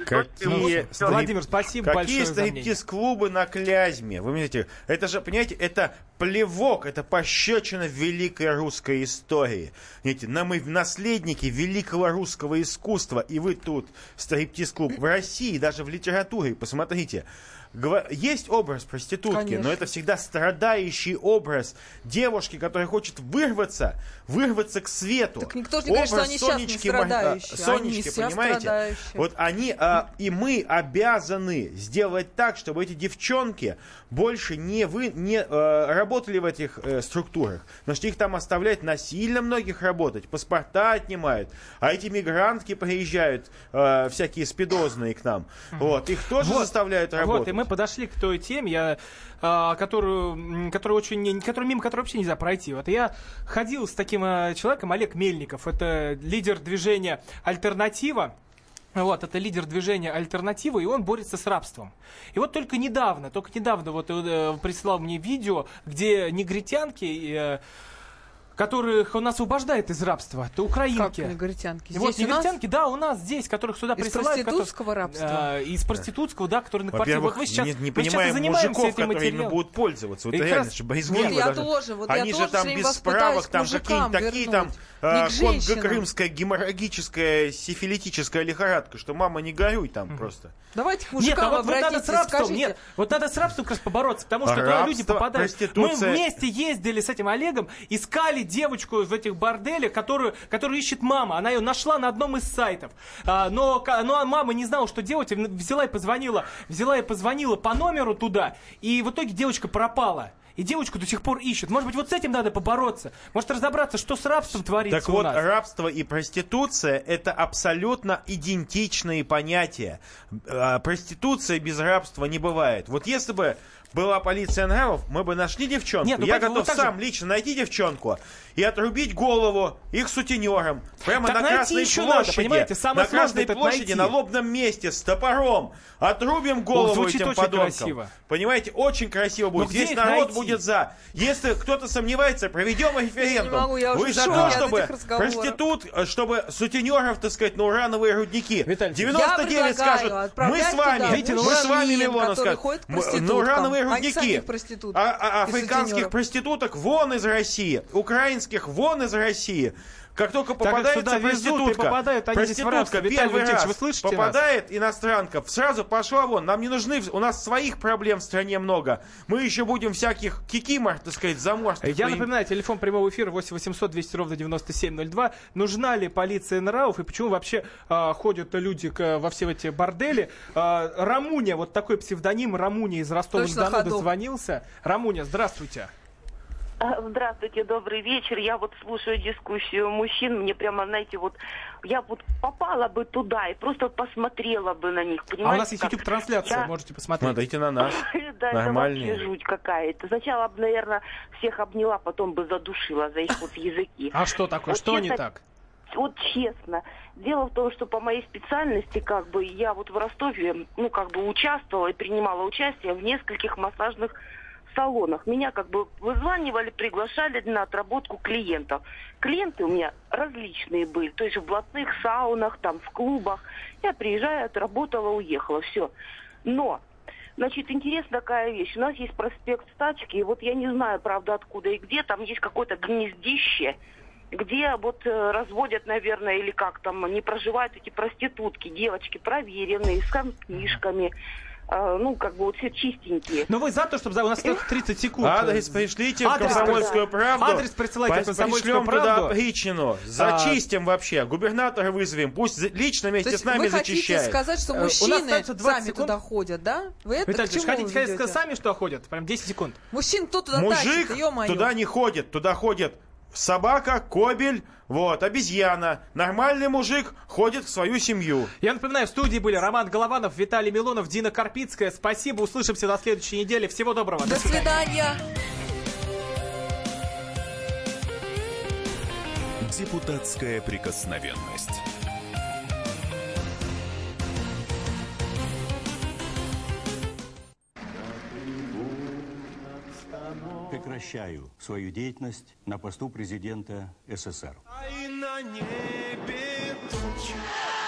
Какие, Всё. Владимир, спасибо какие большое за мнение. стриптиз-клубы на Клязьме? Вы видите, это же, понимаете, это плевок, это пощечина великой русской истории. Видите, нам мы наследники великого русского искусства, и вы тут стриптиз-клуб. В России, даже в литературе, посмотрите, Гва- есть образ проститутки, Конечно. но это всегда страдающий образ девушки, которая хочет вырваться, вырваться к свету. Так никто же не говорит, что Образ они сейчас не Сонечки Ма- страдающие. а, Сонечки, Они все понимаете? страдающие. Вот они, а, и мы обязаны сделать так, чтобы эти девчонки больше не, вы, не а, работали в этих э, структурах. Потому что их там оставляют насильно многих работать, паспорта отнимают. А эти мигрантки приезжают, э, всякие спидозные к нам. Вот, их тоже Вот, заставляют Вот, работать. и мы подошли к той теме, я, а, которую, м, которую очень, не- которую, мимо которой вообще нельзя пройти. Вот я ходил с таким а, человеком, Олег Мельников, это лидер движения «Альтернатива». Вот, это лидер движения «Альтернатива», и он борется с рабством. И вот только недавно, только недавно вот э, прислал мне видео, где негритянки... Э, которых он освобождает из рабства, это украинки. Как негритянки? И вот Здесь у нас? негритянки, да, у нас здесь, которых сюда Из присылают. проститутского которые- рабства? А, из проститутского, да, которые на квартире. Во-первых, Вот мы сейчас, не, не мы сейчас и понимаем занимаемся мужиков, этим которые ими материалом. будут пользоваться. Вот И как реально, раз- же без Вот гнева я даже. тоже, вот я Они же тоже там всё время без вас справок, пытаюсь к там мужикам какие-то такие там вернуть. э, Не к женщинам. конго-крымская геморрагическая сифилитическая лихорадка, что мама не горюй там просто. Давайте к Нет, мужикам а вот, вот надо обратитесь, с рабством, скажите. нет, вот надо с рабством как раз побороться, потому что туда Рабство, люди попадают. Мы проституция. вместе ездили с этим Олегом, искали девочку в этих борделях, которую, которую ищет мама. Она ее нашла на одном из сайтов. А, но, ка- но мама не знала, что делать, и взяла и позвонила, взяла и позвонила по номеру туда, и в итоге девочка пропала. и девочку до сих пор ищут. Может быть, вот с этим надо побороться? Может, разобраться, что с рабством творится так у вот, нас? рабство и проституция — это абсолютно идентичные понятия. Проституция без рабства не бывает. Вот если бы была полиция нравов, мы бы нашли девчонку. Нет, ну, я вот готов сам же... лично найти девчонку и отрубить голову их сутенерам. Прямо так на Красной еще площади. Надо, понимаете? Самое на Красной площади, найти. на лобном месте, с топором. Отрубим голову О, этим очень подонкам. Красиво. Понимаете, очень красиво будет. Здесь народ найти? будет за. Если кто-то сомневается, проведем референдум. Могу, Вы за то, чтобы проститут, чтобы сутенеров, так сказать, на урановые рудники. Виталий, девяносто девять скажут, мы с вами, Видите, мы с вами, Милонов, скажут, на урановые рудники. А, а, африканских проституток вон из России, украинских вон из России. Как только попадается проститутка, проститутка первый раз попадает иностранка, сразу пошла вон. Нам не нужны, у нас своих проблем в стране много. Мы еще будем всяких кикимор, так сказать, заморских. Я напоминаю, телефон прямого эфира восемь восемьсот двести ровно девяносто семь ноль два. Нужна ли полиция нравов и почему вообще э, ходят люди к, во все эти бордели? Э, Рамуня, вот такой псевдоним, Рамуня из Ростова-на-Дону дозвонился. Рамуня, здравствуйте. Здравствуйте, добрый вечер. Я вот слушаю дискуссию мужчин. Мне прямо, знаете, вот я вот попала бы туда и просто посмотрела бы на них. Понимаете, а у нас есть YouTube-трансляция, да? Можете посмотреть. Смотрите на нас. Да, это вообще жуть какая-то. Сначала бы, наверное, всех обняла, потом бы задушила за их вот языки. А что такое? Что не так? Вот честно. Дело в том, что по моей специальности, как бы, я вот в Ростове, ну, как бы участвовала и принимала участие в нескольких массажных салонах. Меня как бы вызванивали, приглашали на отработку клиентов. Клиенты у меня различные были, то есть в блатных саунах, там, в клубах. Я приезжаю, отработала, уехала, все. Но, значит, интересная такая вещь. У нас есть проспект Стачки, и вот я не знаю, правда, откуда и где, там есть какое-то гнездище, где вот э, разводят, наверное, или как там, не проживают эти проститутки, девочки проверенные, с книжками. Ну, как бы вот все чистенькие. Но вы за то, чтобы... У нас тридцать секунд. Адрес пришлите в «Комсомольскую правду». Адрес присылайте в «Комсомольскую правду». Пришлем туда причину. Зачистим а... вообще. Губернатора вызовем. Пусть лично вместе с нами вы зачищает. Хотите сказать, что мужчины сами секунд. Туда ходят, да? Вы это Виталий, к чему хотите вы сказать сами, что ходят? Прям десять секунд. Мужчин кто туда Мужик тащит? Ё-моё. туда не ходит. Туда ходит собака, кобель, вот, обезьяна. Нормальный мужик ходит в свою семью. Я напоминаю, в студии были Роман Голованов, Виталий Милонов, Дина Карпицкая. Спасибо, услышимся на следующей неделе. Всего доброго. До, До свидания. Депутатская прикосновенность. Прекращаю свою деятельность на посту президента СССР. И на небе тучи.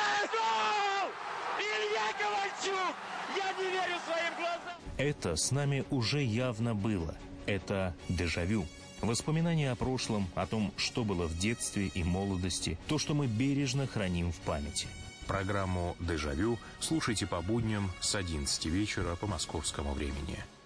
Илья Ковальчук! Я не верю своим глазам! Это с нами уже явно было. Это дежавю. Воспоминания о прошлом, о том, что было в детстве и молодости, то, что мы бережно храним в памяти. Программу «Дежавю» слушайте по будням с одиннадцати вечера по московскому времени.